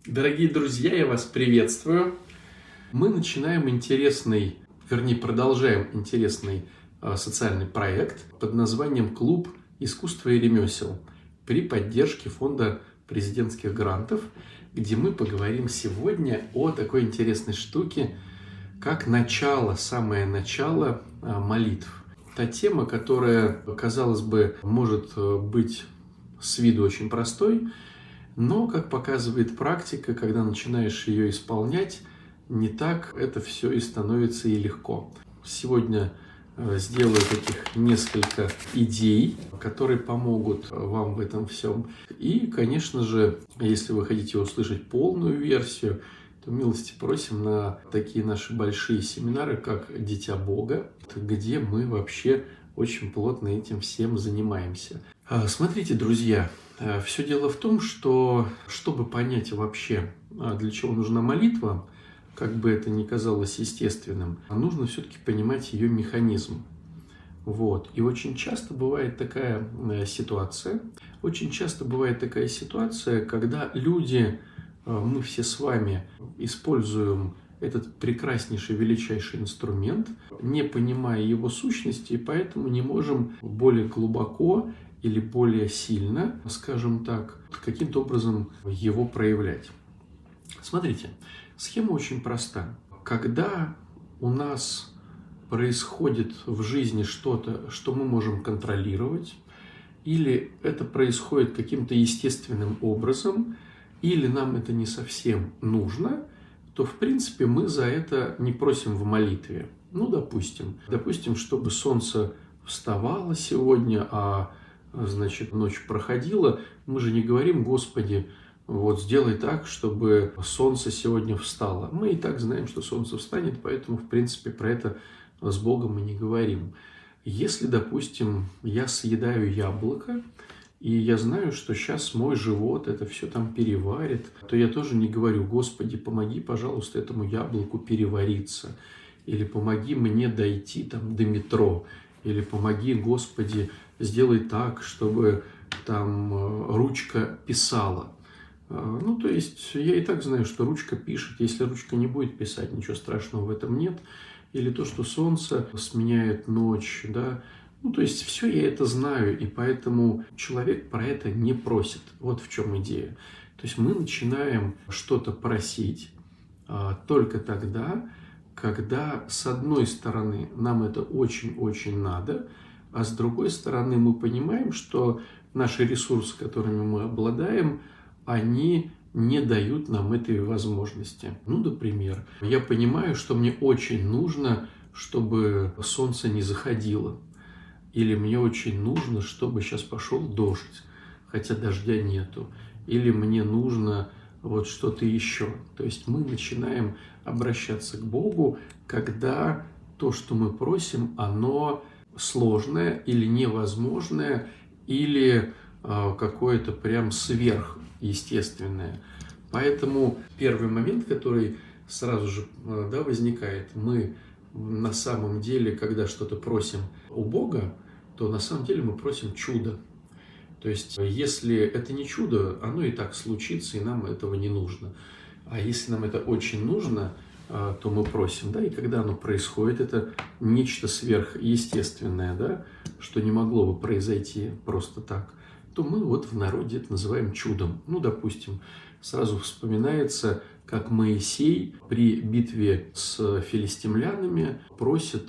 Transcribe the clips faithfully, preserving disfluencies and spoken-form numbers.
Дорогие друзья, я вас приветствую. Мы начинаем интересный, вернее, продолжаем интересный э, социальный проект под названием «Клуб искусства и ремесел» при поддержке Фонда президентских грантов, где мы поговорим сегодня о такой интересной штуке, как начало, самое начало э, молитв. Та тема, которая, казалось бы, может быть с виду очень простой, но, как показывает практика, когда начинаешь ее исполнять, не так это все и становится и легко. Сегодня сделаю таких несколько идей, которые помогут вам в этом всем. И, конечно же, если вы хотите услышать полную версию, то милости просим на такие наши большие семинары, как «Дитя Бога», где мы вообще очень плотно этим всем занимаемся. Смотрите, друзья, все дело в том, что, чтобы понять вообще, для чего нужна молитва, как бы это ни казалось естественным, нужно все-таки понимать ее механизм. Вот. И очень часто бывает такая ситуация, очень часто бывает такая ситуация, когда люди, мы все с вами используем этот прекраснейший, величайший инструмент, не понимая его сущности, и поэтому не можем более глубоко или более сильно, скажем так, каким-то образом его проявлять. Смотрите, схема очень проста. Когда у нас происходит в жизни что-то, что мы можем контролировать, или это происходит каким-то естественным образом, или нам это не совсем нужно, то, в принципе, мы за это не просим в молитве. Ну, допустим, допустим, чтобы солнце вставало сегодня, а, значит, ночь проходила, мы же не говорим: Господи, вот сделай так, чтобы солнце сегодня встало. Мы и так знаем, что солнце встанет, поэтому, в принципе, про это с Богом мы не говорим. Если, допустим, я съедаю яблоко, и я знаю, что сейчас мой живот это все там переварит, то я тоже не говорю: Господи, помоги, пожалуйста, этому яблоку перевариться. Или помоги мне дойти там до метро. Или помоги, Господи, сделай так, чтобы там ручка писала. Ну, то есть, я и так знаю, что ручка пишет. Если ручка не будет писать, ничего страшного в этом нет. Или то, что солнце сменяет ночь, да. Ну, то есть, все я это знаю, и поэтому человек про это не просит. Вот в чем идея. То есть, мы начинаем что-то просить а, только тогда, когда, с одной стороны, нам это очень-очень надо, а с другой стороны, мы понимаем, что наши ресурсы, которыми мы обладаем, они не дают нам этой возможности. Ну, например, я понимаю, что мне очень нужно, чтобы солнце не заходило. Или мне очень нужно, чтобы сейчас пошел дождь, хотя дождя нету. Или мне нужно вот что-то еще. То есть мы начинаем обращаться к Богу, когда то, что мы просим, оно сложное или невозможное, или э, какое-то прям сверхъестественное. Поэтому первый момент, который сразу же э, да, возникает, мы на самом деле, когда что-то просим у Бога, то на самом деле мы просим чудо. То есть, если это не чудо, оно и так случится, и нам этого не нужно. А если нам это очень нужно, то мы просим, да, и когда оно происходит, это нечто сверхъестественное, да, что не могло бы произойти просто так, то мы вот в народе это называем чудом. Ну, допустим, сразу вспоминается, как Моисей при битве с филистимлянами просит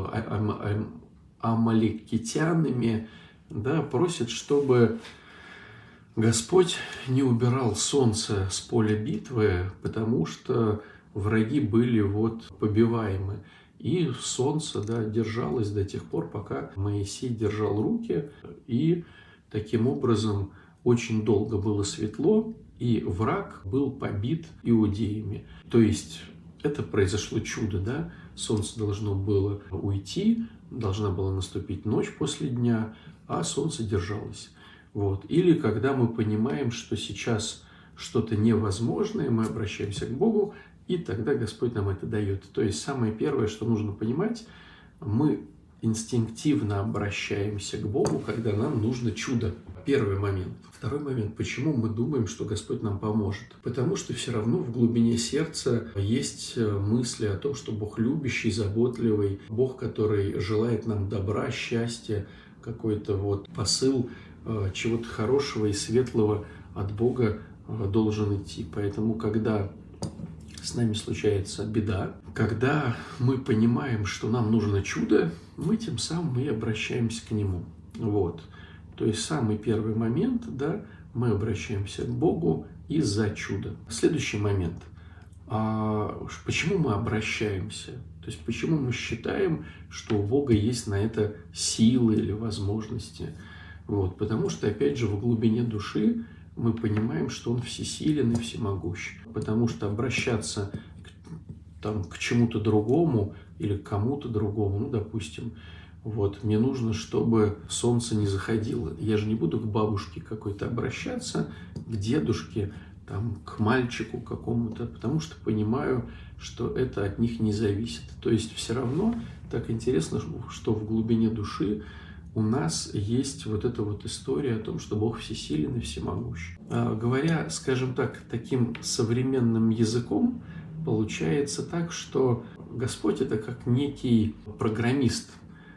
амаликитянами, да, просит, чтобы Господь не убирал солнце с поля битвы, потому что враги были вот побиваемы. И солнце, да, держалось до тех пор, пока Моисей держал руки, и таким образом очень долго было светло, и враг был побит иудеями. То есть это произошло чудо, да? Солнце должно было уйти, должна была наступить ночь после дня, а солнце держалось. Вот. Или когда мы понимаем, что сейчас что-то невозможное, мы обращаемся к Богу, и тогда Господь нам это дает. То есть самое первое, что нужно понимать, мы инстинктивно обращаемся к Богу, когда нам нужно чудо. Первый момент. Второй момент. Почему мы думаем, что Господь нам поможет? Потому что все равно в глубине сердца есть мысли о том, что Бог любящий, заботливый, Бог, который желает нам добра, счастья, какой-то вот посыл э, чего-то хорошего и светлого от Бога э, должен идти. Поэтому, когда с нами случается беда, когда мы понимаем, что нам нужно чудо, мы тем самым и обращаемся к Нему. Вот. То есть самый первый момент, да, мы обращаемся к Богу из-за чуда. Следующий момент. А почему мы обращаемся? То есть почему мы считаем, что у Бога есть на это силы или возможности? Вот. Потому что, опять же, в глубине души мы понимаем, что Он всесилен и всемогущ. Потому что обращаться к, там, к чему-то другому или к кому-то другому, ну, допустим, вот, мне нужно, чтобы солнце не заходило. Я же не буду к бабушке какой-то обращаться, к дедушке, там, к мальчику какому-то, потому что понимаю, что это от них не зависит. То есть все равно так интересно, что в глубине души у нас есть вот эта вот история о том, что Бог всесилен и всемогущ. А, говоря, скажем так, таким современным языком, получается так, что Господь — это как некий программист,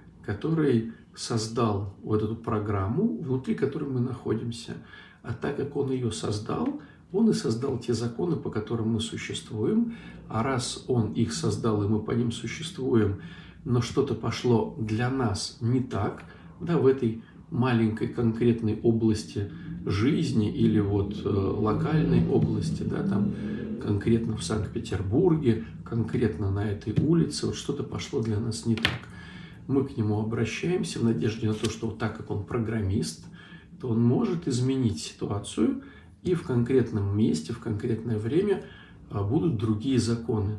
который создал вот эту программу, внутри которой мы находимся. А так как Он ее создал, Он и создал те законы, по которым мы существуем. А раз Он их создал, и мы по ним существуем, но что-то пошло для нас не так, да, в этой маленькой конкретной области жизни или вот э, локальной области, да, там конкретно в Санкт-Петербурге, конкретно на этой улице, вот что-то пошло для нас не так. Мы к Нему обращаемся в надежде на то, что вот так как Он программист, то Он может изменить ситуацию, и в конкретном месте, в конкретное время будут другие законы,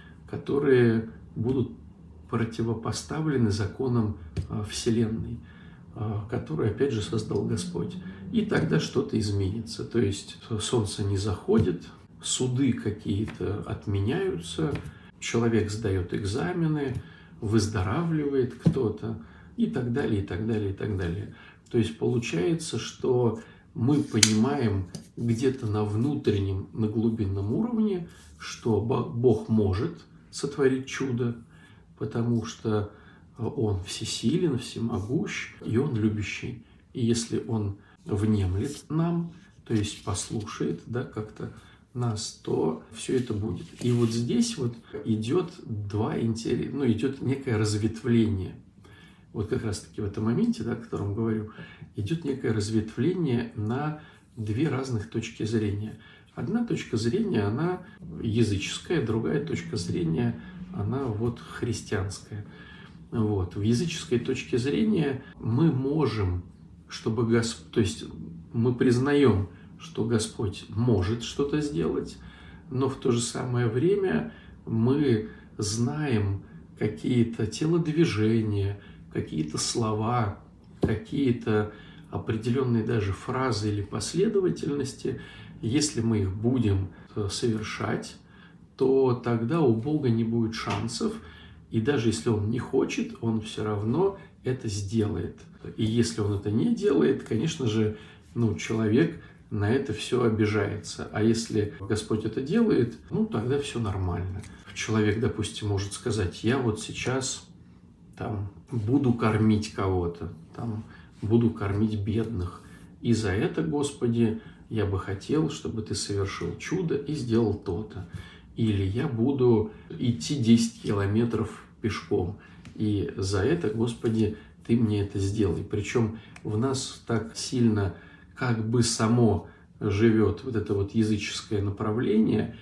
которые будут противопоставлены законам Вселенной, который, опять же, создал Господь. И тогда что-то изменится. То есть солнце не заходит, суды какие-то отменяются, человек сдает экзамены, выздоравливает кто-то и так далее, и так далее, и так далее. То есть получается, что мы понимаем где-то на внутреннем, на глубинном уровне, что Бог может сотворить чудо, потому что Он всесилен, всемогущ, и Он любящий. И если Он внемлет нам, то есть послушает, да, как-то нас, то все это будет. И вот здесь вот идет два интереса, ну, идет некое разветвление. Вот как раз-таки в этом моменте, да, о котором говорю, идет некое разветвление на две разных точки зрения. Одна точка зрения, она языческая, другая точка зрения, она вот христианская. Вот. В языческой точке зрения мы можем, чтобы Господь, то есть мы признаем, что Господь может что-то сделать, но в то же самое время мы знаем какие-то телодвижения, какие-то слова, какие-то определенные даже фразы или последовательности. Если мы их будем совершать, то тогда у Бога не будет шансов, и даже если Он не хочет, Он все равно это сделает. И если Он это не делает, конечно же, ну, человек на это все обижается. А если Господь это делает, ну, тогда все нормально. Человек, допустим, может сказать: я вот сейчас там буду кормить кого-то, там буду кормить бедных. И за это, Господи, я бы хотел, чтобы Ты совершил чудо и сделал то-то. Или я буду идти десять километров пешком. И за это, Господи, Ты мне это сделай. Причем в нас так сильно как бы само живет вот это вот языческое направление,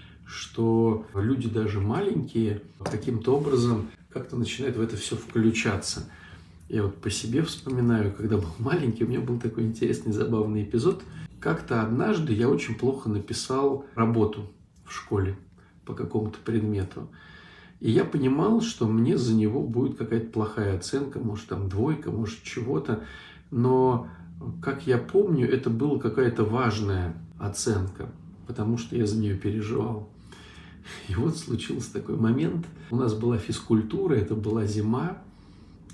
что люди даже маленькие каким-то образом как-то начинают в это все включаться. Я вот по себе вспоминаю, когда был маленький, у меня был такой интересный, забавный эпизод. Как-то однажды я очень плохо написал работу в школе по какому-то предмету. И я понимал, что мне за него будет какая-то плохая оценка, может, там двойка, может, чего-то. Но, как я помню, это была какая-то важная оценка, потому что я за нее переживал. И вот случился такой момент. У нас была физкультура, это была зима,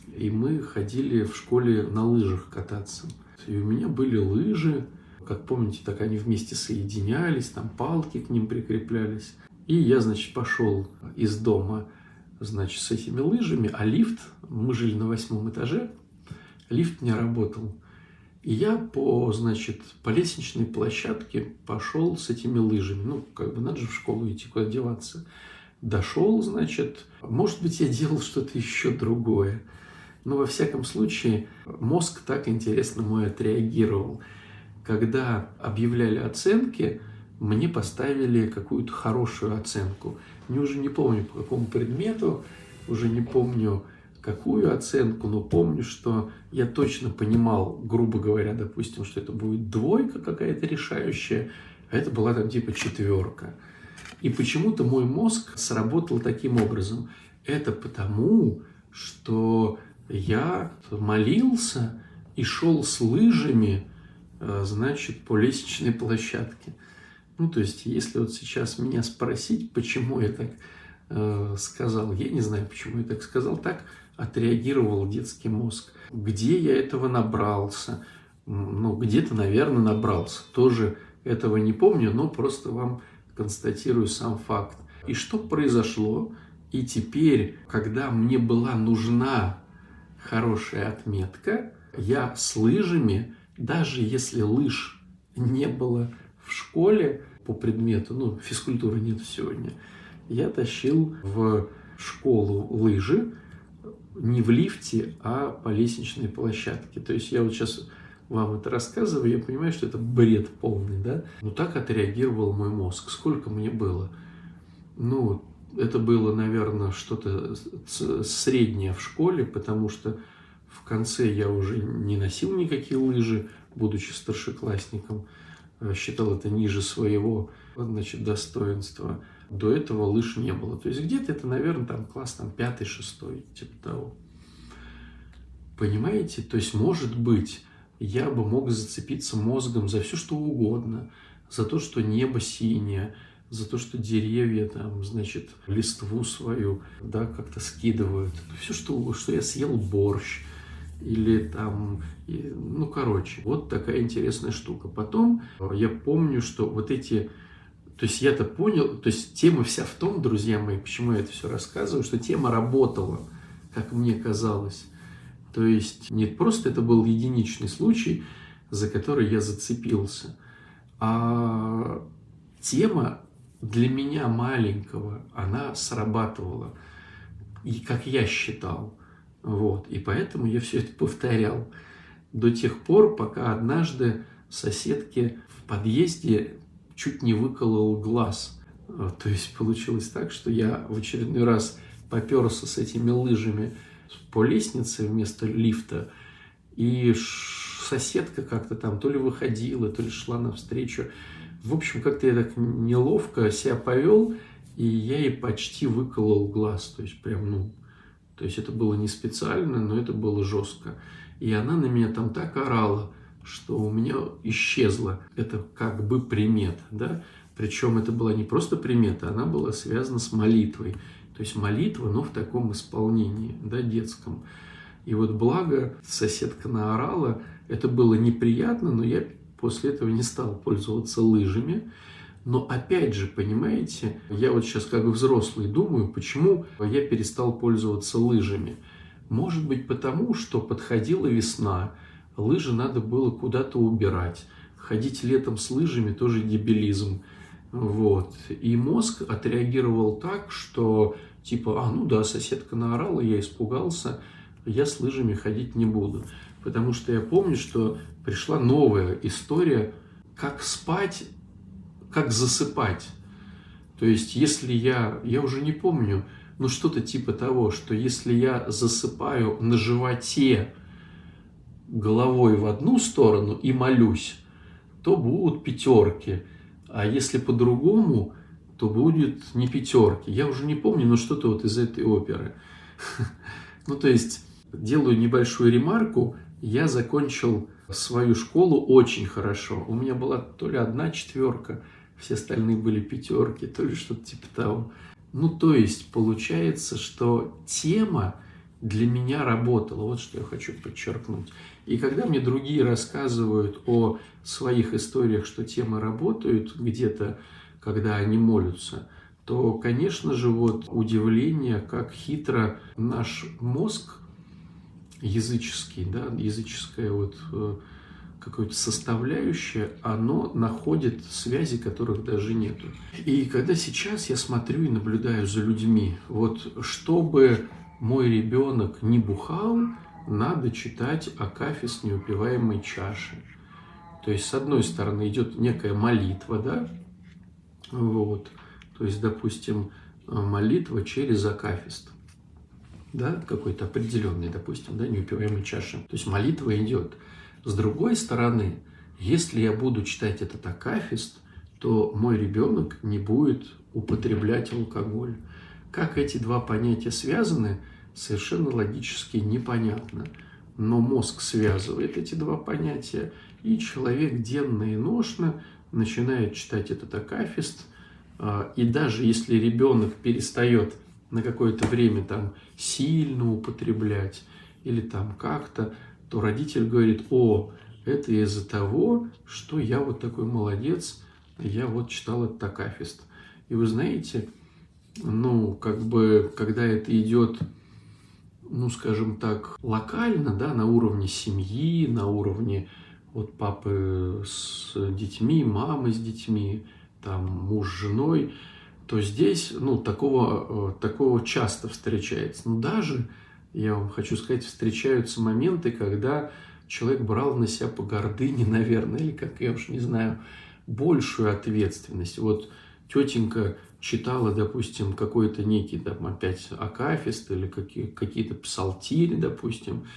и мы ходили в школе на лыжах кататься. И у меня были лыжи, как помните, так они вместе соединялись, там палки к ним прикреплялись. И я, значит, пошел из дома, значит, с этими лыжами, а лифт, мы жили на восьмом этаже, лифт не работал. И я по, значит, по лестничной площадке пошел с этими лыжами. Ну, как бы надо же в школу идти, куда деваться. Дошел, значит, может быть, я делал что-то еще другое. Но, во всяком случае, мозг так интересно мой отреагировал. Когда объявляли оценки, мне поставили какую-то хорошую оценку. Я уже не помню, по какому предмету, уже не помню, какую оценку, но помню, что я точно понимал, грубо говоря, допустим, что это будет двойка какая-то решающая, а это была там типа четверка. И почему-то мой мозг сработал таким образом. Это потому, что я молился и шел с лыжами, значит, по лестничной площадке. Ну, то есть, если вот сейчас меня спросить, почему я так э, сказал, я не знаю, почему я так сказал, так отреагировал детский мозг. Где я этого набрался? Ну, где-то, наверное, набрался. Тоже этого не помню, но просто вам констатирую сам факт. И что произошло? И теперь, когда мне была нужна хорошая отметка, я с лыжами, даже если лыж не было в школе по предмету, ну, физкультуры нет сегодня, я тащил в школу лыжи не в лифте, а по лестничной площадке. То есть я вот сейчас вам это рассказываю, я понимаю, что это бред полный, да? Но так отреагировал мой мозг. Сколько мне было? Ну, это было, наверное, что-то среднее в школе, потому что в конце я уже не носил никакие лыжи, будучи старшеклассником. Считал это ниже своего, значит, достоинства. До этого лыж не было. То есть где-то это, наверное, там класс там, пятый, шестой, типа того. Понимаете? То есть, может быть, я бы мог зацепиться мозгом за все, что угодно. За то, что небо синее, за то, что деревья, там, значит, листву свою, да, как-то скидывают. Все, что, что я съел борщ. Или там, ну, короче, вот такая интересная штука. Потом я помню, что вот эти, то есть я-то понял, то есть тема вся в том, друзья мои, почему я это все рассказываю, что тема работала, как мне казалось. То есть не просто это был единичный случай, за который я зацепился, а тема для меня маленького, она срабатывала, и как я считал. Вот. И поэтому я все это повторял до тех пор, пока однажды соседке в подъезде чуть не выколол глаз. То есть получилось так, что я в очередной раз поперся с этими лыжами по лестнице вместо лифта, и соседка как-то там то ли выходила, то ли шла навстречу. В общем, как-то я так неловко себя повел, и я ей почти выколол глаз. То есть прям, ну... То есть это было не специально, но это было жестко. И она на меня там так орала, что у меня исчезла это как бы примета, да? Причем это была не просто примета, она была связана с молитвой. То есть молитва, но в таком исполнении, да, детском. И вот благо соседка наорала, это было неприятно, но я после этого не стал пользоваться лыжами. Но опять же, понимаете, я вот сейчас как взрослый думаю, почему я перестал пользоваться лыжами. Может быть потому, что подходила весна, лыжи надо было куда-то убирать. Ходить летом с лыжами тоже дебилизм. Вот. И мозг отреагировал так, что типа, а ну да, соседка наорала, я испугался, я с лыжами ходить не буду. Потому что я помню, что пришла новая история, как спать, как засыпать. То есть, если я, я уже не помню, но что-то типа того, что если я засыпаю на животе головой в одну сторону и молюсь, то будут пятерки. А если по-другому, то будет не пятерки. Я уже не помню, но что-то вот из этой оперы. Ну, то есть, делаю небольшую ремарку. Я закончил свою школу очень хорошо. У меня была то ли одна четверка, все остальные были пятерки, то ли что-то типа того. Ну, то есть, получается, что тема для меня работало. Вот что я хочу подчеркнуть. И когда мне другие рассказывают о своих историях, что темы работают где-то, когда они молятся, то, конечно же, вот удивление, как хитро наш мозг языческий, да, языческое вот какое-то составляющее, оно находит связи, которых даже нету. И когда сейчас я смотрю и наблюдаю за людьми, вот чтобы мой ребенок не бухал, надо читать акафист неупиваемой чаши. То есть, с одной стороны, идет некая молитва, да, вот, то есть, допустим, молитва через акафист, да, какой-то определенный, допустим, да, неупиваемой чаши. То есть, молитва идет. С другой стороны, если я буду читать этот акафист, то мой ребенок не будет употреблять алкоголь. Как эти два понятия связаны, совершенно логически непонятно. Но мозг связывает эти два понятия, и человек денно и ношно начинает читать этот акафист. И даже если ребенок перестает на какое-то время там сильно употреблять или там как-то, то родитель говорит: о, это из-за того, что я вот такой молодец, я вот читал этот акафист. И вы знаете, ну, как бы, когда это идет, ну, скажем так, локально, да, на уровне семьи, на уровне вот папы с детьми, мамы с детьми, там, муж с женой, то здесь, ну, такого, такого часто встречается. Но даже, я вам хочу сказать, встречаются моменты, когда человек брал на себя по гордыне, наверное, или, как я уж не знаю, большую ответственность. Вот тетенька читала, допустим, какой-то некий, там, опять акафист или какие- какие-то псалтири, допустим,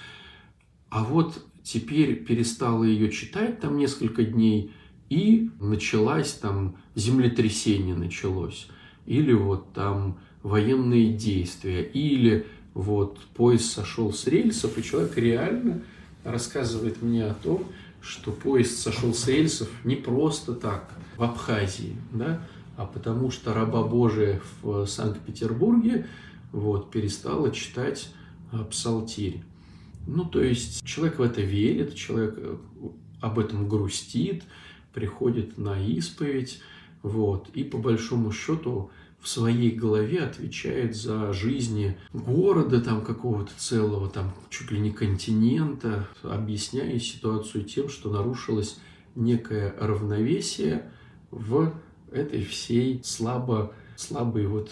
а вот теперь перестала ее читать там несколько дней, и началось там землетрясение началось, или вот там военные действия, или вот поезд сошел с рельсов, и человек реально рассказывает мне о том, что поезд сошел с рельсов не просто так в Абхазии, да, а потому что раба Божия в Санкт-Петербурге вот, перестала читать псалтирь. Ну, то есть человек в это верит, человек об этом грустит, приходит на исповедь, вот, и по большому счету в своей голове отвечает за жизни города там какого-то целого, там чуть ли не континента, объясняя ситуацию тем, что нарушилось некое равновесие в этой всей слабо, слабой вот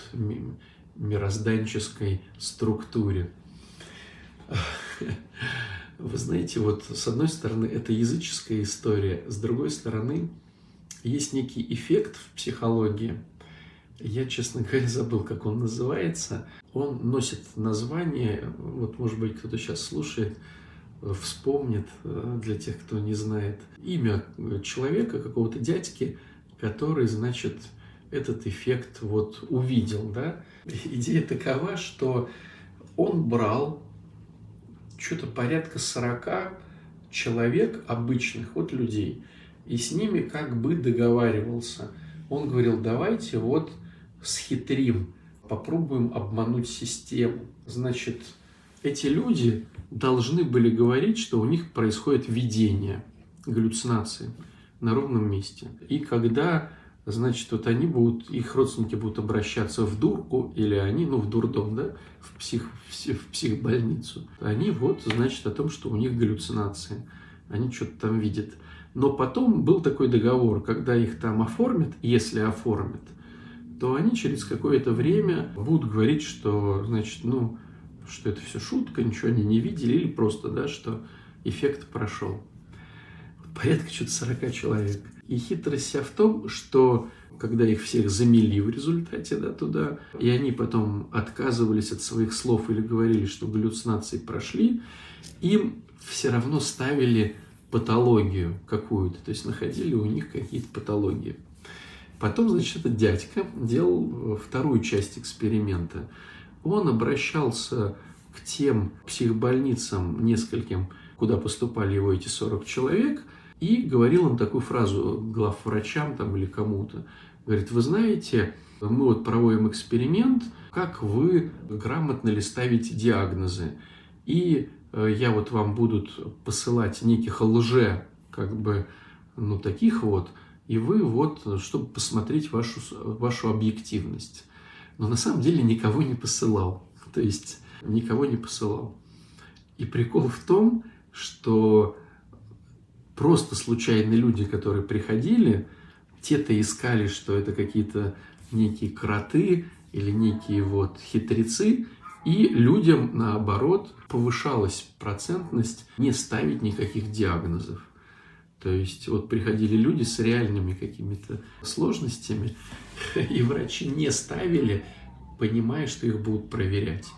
мирозданческой структуре. Вы знаете, вот с одной стороны это языческая история, с другой стороны есть некий эффект в психологии. Я, честно говоря, забыл, как он называется. Он носит название, вот, может быть, кто-то сейчас слушает, вспомнит, для тех, кто не знает, имя человека, какого-то дядьки, который, значит, этот эффект вот увидел, да. Идея такова, что он брал что-то порядка сорока человек обычных, вот людей, и с ними как бы договаривался. Он говорил: давайте вот схитрим, попробуем обмануть систему. Значит, эти люди должны были говорить, что у них происходит видение, галлюцинации на ровном месте. И когда, значит, вот они будут, их родственники будут обращаться в дурку, или они, ну, в дурдом, да, в, псих, в психбольницу, они вот, значит, о том, что у них галлюцинации, они что-то там видят. Но потом был такой договор, когда их там оформят, если оформят, то они через какое-то время будут говорить, что, значит, ну, что это все шутка, ничего они не видели, или просто, да, что эффект прошел. Порядка что-то сорока человек. И хитрость вся в том, что когда их всех замели в результате, да, туда, и они потом отказывались от своих слов или говорили, что галлюцинации прошли, им все равно ставили патологию какую-то, то есть находили у них какие-то патологии. Потом, значит, этот дядька делал вторую часть эксперимента. Он обращался к тем психбольницам нескольким, куда поступали его эти сорок человек, и говорил им такую фразу главврачам там или кому-то. Говорит: вы знаете, Мы вот проводим эксперимент, как вы грамотно ли ставите диагнозы. И я вот вам буду посылать неких лже, как бы, ну, таких вот, и вы вот, чтобы посмотреть вашу, вашу объективность. Но на самом деле никого не посылал. То есть никого не посылал. И прикол в том, что просто случайные люди, которые приходили, те-то искали, что это какие-то некие кроты или некие вот хитрецы, и людям, наоборот, повышалась процентность не ставить никаких диагнозов. То есть вот приходили люди с реальными какими-то сложностями, и врачи не ставили, понимая, что их будут проверять.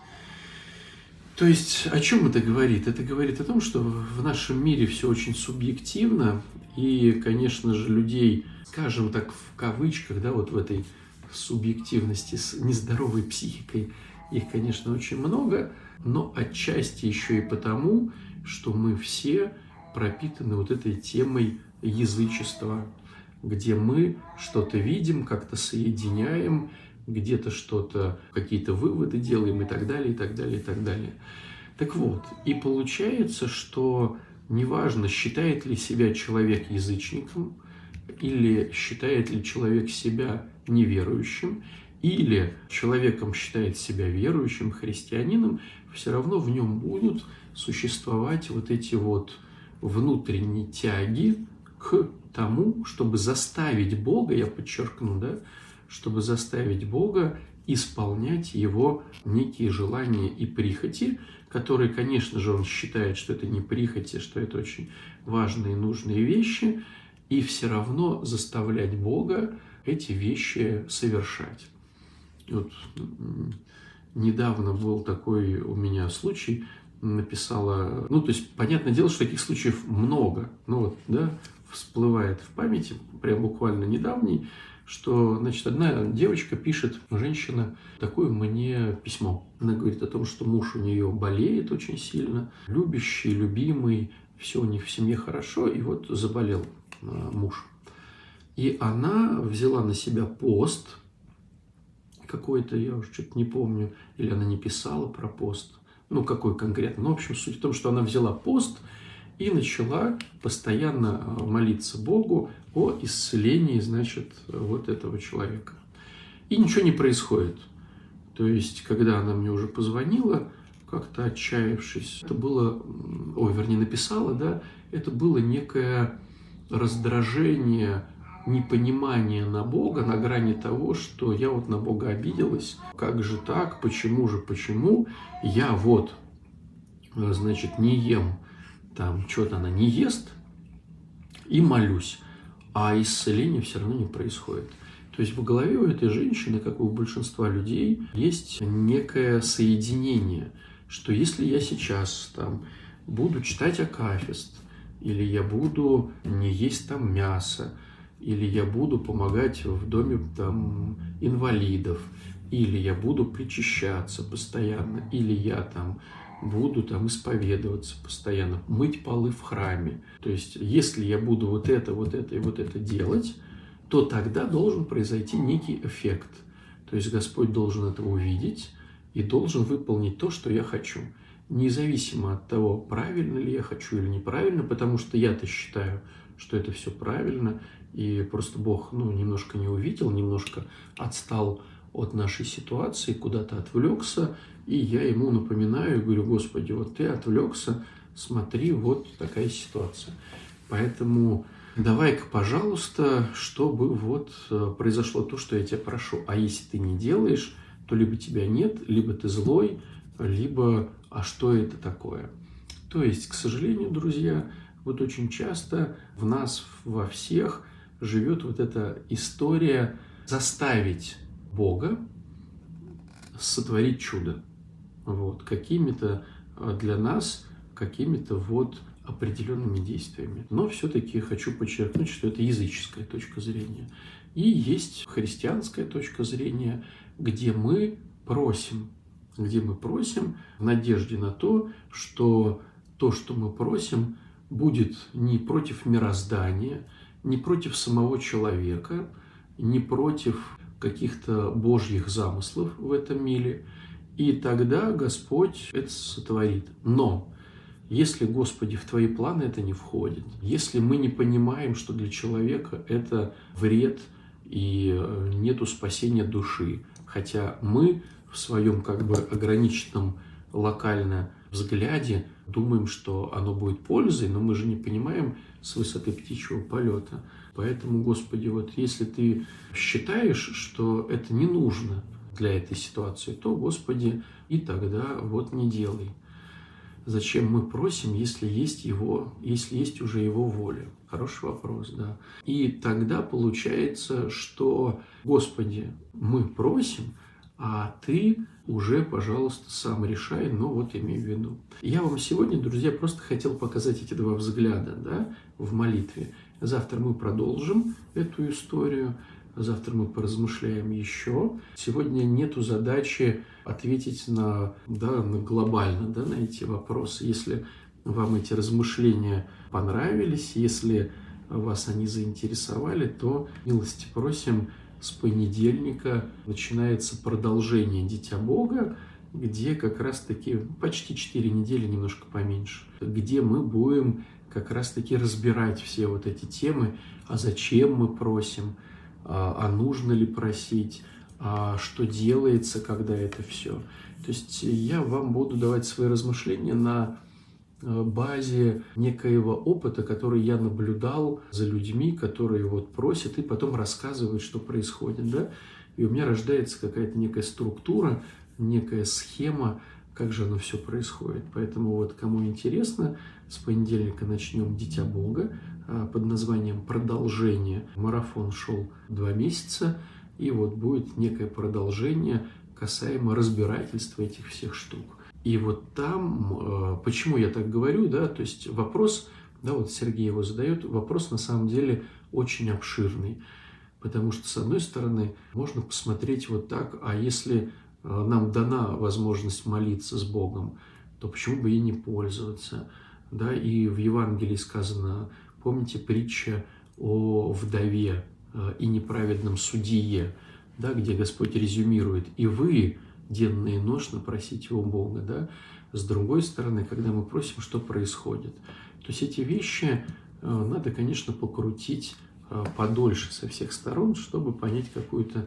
То есть о чем это говорит? Это говорит о том, что в нашем мире все очень субъективно, и, конечно же, людей, скажем так, в кавычках, да, вот в этой субъективности с нездоровой психикой, их, конечно, очень много, но отчасти еще и потому, что мы все пропитаны вот этой темой язычества, где мы что-то видим, как-то соединяем, где-то что-то, какие-то выводы делаем и так далее, и так далее, и так далее. Так вот, и получается, что неважно, считает ли себя человек язычником, или считает ли человек себя неверующим, или человеком считает себя верующим, христианином, все равно в нем будут существовать вот эти вот внутренние тяги к тому, чтобы заставить Бога, я подчеркну, да, чтобы заставить Бога исполнять его некие желания и прихоти, которые, конечно же, он считает, что это не прихоти, что это очень важные и нужные вещи, и все равно заставлять Бога эти вещи совершать. Вот недавно был такой у меня случай, написала, ну, то есть, понятное дело, что таких случаев много, ну, вот, да, всплывает в памяти, прям буквально недавний, что, значит, одна девочка пишет, женщина, такое мне письмо. Она говорит о том, что муж у нее болеет очень сильно, любящий, любимый, все у них в семье хорошо, и вот заболел муж. И она взяла на себя пост какой-то, я уже что-то не помню, или она не писала про пост, ну, какой конкретно. Ну, в общем, суть в том, что она взяла пост и начала постоянно молиться Богу о исцелении, значит, вот этого человека. И ничего не происходит. То есть, когда она мне уже позвонила, как-то отчаявшись, это было, ой, вернее, написала, да, это было некое раздражение, непонимание на Бога, на грани того, что я вот на Бога обиделась. Как же так? Почему же? Почему? Я вот, значит, не ем, там, что-то она не ест, и молюсь, а исцеление все равно не происходит. То есть в голове у этой женщины, как у большинства людей, есть некое соединение, что если я сейчас там буду читать акафист, или я буду не есть там мясо, или я буду помогать в доме там инвалидов, или я буду причащаться постоянно, или я там буду там исповедоваться постоянно, мыть полы в храме. То есть, если я буду вот это, вот это и вот это делать, то тогда должен произойти некий эффект. То есть, Господь должен это увидеть и должен выполнить то, что я хочу. Независимо от того, правильно ли я хочу или неправильно, потому что я-то считаю, что это все правильно, и просто Бог, ну, немножко не увидел, немножко отстал от нашей ситуации, куда-то отвлекся, и я ему напоминаю, говорю: Господи, вот ты отвлекся, смотри, вот такая ситуация. Поэтому давай-ка, пожалуйста, чтобы вот произошло то, что я тебя прошу. А если ты не делаешь, то либо тебя нет, либо ты злой, либо а что это такое? То есть, к сожалению, друзья, вот очень часто в нас, во всех, живет вот эта история заставить Бога сотворить чудо. Вот, какими-то для нас, какими-то вот определенными действиями. Но все-таки хочу подчеркнуть, что это языческая точка зрения. И есть христианская точка зрения, где мы просим, где мы просим в надежде на то, что то, что мы просим, будет не против мироздания, не против самого человека, не против каких-то божьих замыслов в этом мире, и тогда Господь это сотворит. Но если, Господи, в Твои планы это не входит, если мы не понимаем, что для человека это вред и нету спасения души, хотя мы в своем как бы ограниченном локально взгляде думаем, что оно будет пользой, но мы же не понимаем с высоты птичьего полета. Поэтому, Господи, вот если Ты считаешь, что это не нужно для этой ситуации, то, Господи, и тогда вот не делай. Зачем мы просим, если есть его, если есть уже его воля? Хороший вопрос, да. И тогда получается, что, Господи, мы просим, а Ты уже, пожалуйста, сам решай, но вот имей в виду. Я вам сегодня, друзья, просто хотел показать эти два взгляда, да, в молитве. Завтра мы продолжим эту историю. Завтра мы поразмышляем еще. Сегодня нету задачи ответить на, да, на глобально, да, на эти вопросы. Если вам эти размышления понравились, если вас они заинтересовали, то милости просим, с понедельника начинается продолжение «Дитя Бога», где как раз-таки почти четыре недели, немножко поменьше, где мы будем как раз-таки разбирать все вот эти темы, а зачем мы просим, а нужно ли просить, а что делается, когда это все. То есть я вам буду давать свои размышления на базе некоего опыта, который я наблюдал за людьми, которые вот просят и потом рассказывают, что происходит, да? И у меня рождается какая-то некая структура, некая схема, как же оно все происходит. Поэтому вот кому интересно, с понедельника начнем «Дитя Бога» под названием «Продолжение». Марафон шел два месяца, и вот будет некое продолжение касаемо разбирательства этих всех штук. И вот там, почему я так говорю, да, то есть вопрос, да, вот Сергей его задает, вопрос на самом деле очень обширный, потому что, с одной стороны, можно посмотреть вот так, а если нам дана возможность молиться с Богом, то почему бы ей не пользоваться, да, и в Евангелии сказано, помните, притча о вдове и неправедном судье, да, где Господь резюмирует, и вы денно и ношно просить у Бога, да. С другой стороны, когда мы просим, что происходит? То есть эти вещи надо, конечно, покрутить подольше со всех сторон, чтобы понять какую-то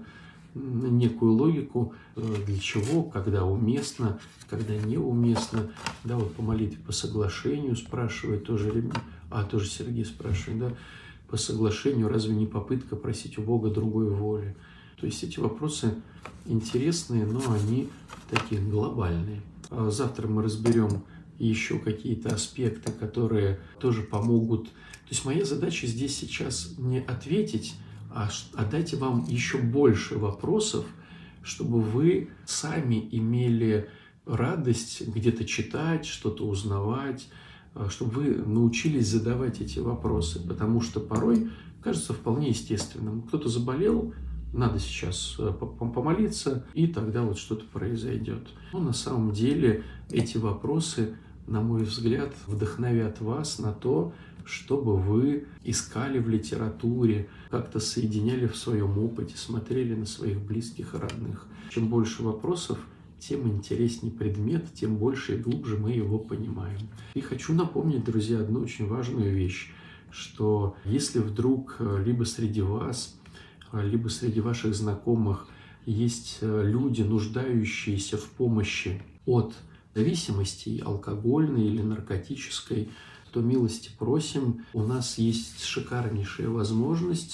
некую логику, для чего, когда уместно, когда неуместно. Да, вот по молитве по соглашению спрашивает тоже, а тоже Сергей спрашивает, да, по соглашению разве не попытка просить у Бога другой воли? То есть эти вопросы интересные, но они такие глобальные. Завтра мы разберем еще какие-то аспекты, которые тоже помогут. То есть моя задача здесь сейчас не ответить, а, а дать вам еще больше вопросов, чтобы вы сами имели радость где-то читать, что-то узнавать, чтобы вы научились задавать эти вопросы, потому что порой кажется вполне естественным. Кто-то заболел, надо сейчас помолиться, и тогда вот что-то произойдет. Но на самом деле эти вопросы, на мой взгляд, вдохновят вас на то, чтобы вы искали в литературе, как-то соединяли в своем опыте, смотрели на своих близких и родных. Чем больше вопросов, тем интереснее предмет, тем больше и глубже мы его понимаем. И хочу напомнить, друзья, одну очень важную вещь, что если вдруг либо среди вас, либо среди ваших знакомых есть люди, нуждающиеся в помощи от зависимости, алкогольной или наркотической, то милости просим. У нас есть шикарнейшая возможность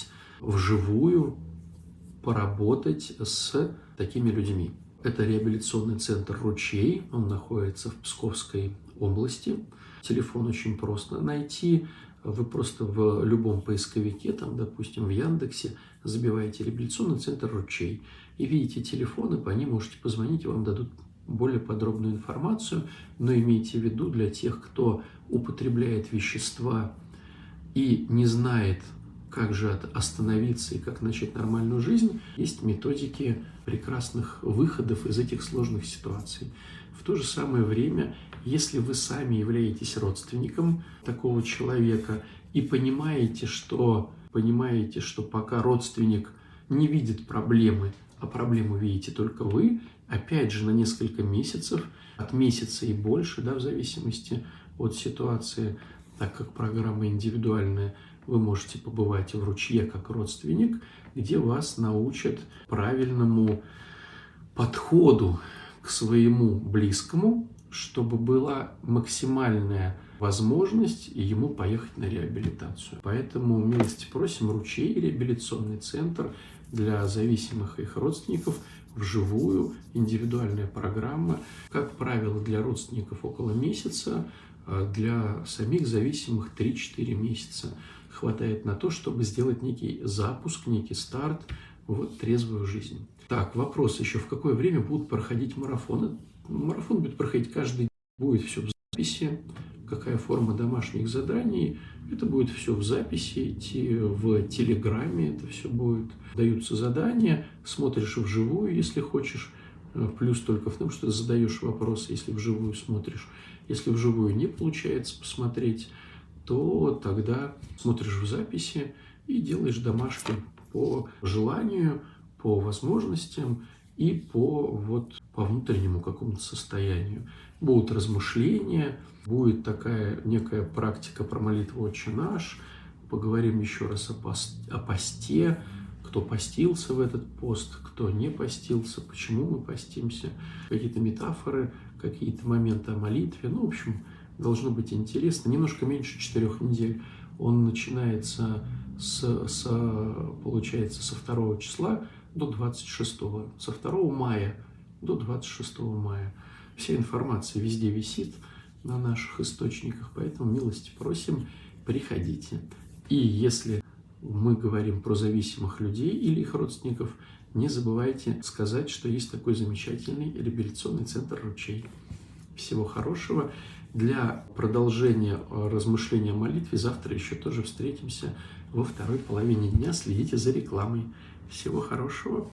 вживую поработать с такими людьми. Это реабилитационный центр «Ручей», он находится в Псковской области. Телефон очень просто найти. Вы просто в любом поисковике, там, допустим, в Яндексе, забиваете реабилитационный центр «Ручей» и видите телефоны, по ним можете позвонить, вам дадут более подробную информацию. Но имейте в виду, для тех, кто употребляет вещества и не знает, как же остановиться и как начать нормальную жизнь, есть методики прекрасных выходов из этих сложных ситуаций. В то же самое время, если вы сами являетесь родственником такого человека и понимаете, что, понимаете, что пока родственник не видит проблемы, а проблему видите только вы, опять же на несколько месяцев, от месяца и больше, да, в зависимости от ситуации, так как программа индивидуальная, вы можете побывать в ручье как родственник, где вас научат правильному подходу к своему близкому, чтобы была максимальная возможность ему поехать на реабилитацию. Поэтому милости просим, ручей, реабилитационный центр для зависимых и их родственников, вживую, индивидуальная программа, как правило, для родственников около месяца, для самих зависимых три-четыре месяца. Хватает на то, чтобы сделать некий запуск, некий старт в трезвую жизнь. Так, вопрос еще, в какое время будут проходить марафоны? Марафон будет проходить каждый день, будет все в записи. Какая форма домашних заданий? Это будет все в записи, идти в Телеграме, это все будет. Даются задания, смотришь вживую, если хочешь. Плюс только в том, что ты задаешь вопросы, если вживую смотришь. Если вживую не получается посмотреть, то тогда смотришь в записи и делаешь домашки по желанию, по возможностям и по, вот, по внутреннему какому-то состоянию. Будут размышления, будет такая некая практика про молитву «Отче наш». Поговорим еще раз о, пост, о посте, кто постился в этот пост, кто не постился, почему мы постимся, какие-то метафоры, какие-то моменты о молитве. Ну, в общем, должно быть интересно. Немножко меньше четырех недель. Он начинается с, с, получается, со второго числа до двадцать шестого. Со второго мая до двадцать шестого мая. Вся информация везде висит на наших источниках, поэтому милости просим, приходите. И если мы говорим про зависимых людей или их родственников, не забывайте сказать, что есть такой замечательный реабилитационный центр «Ручей». Всего хорошего. Для продолжения размышления о молитве завтра еще тоже встретимся во второй половине дня. Следите за рекламой. Всего хорошего.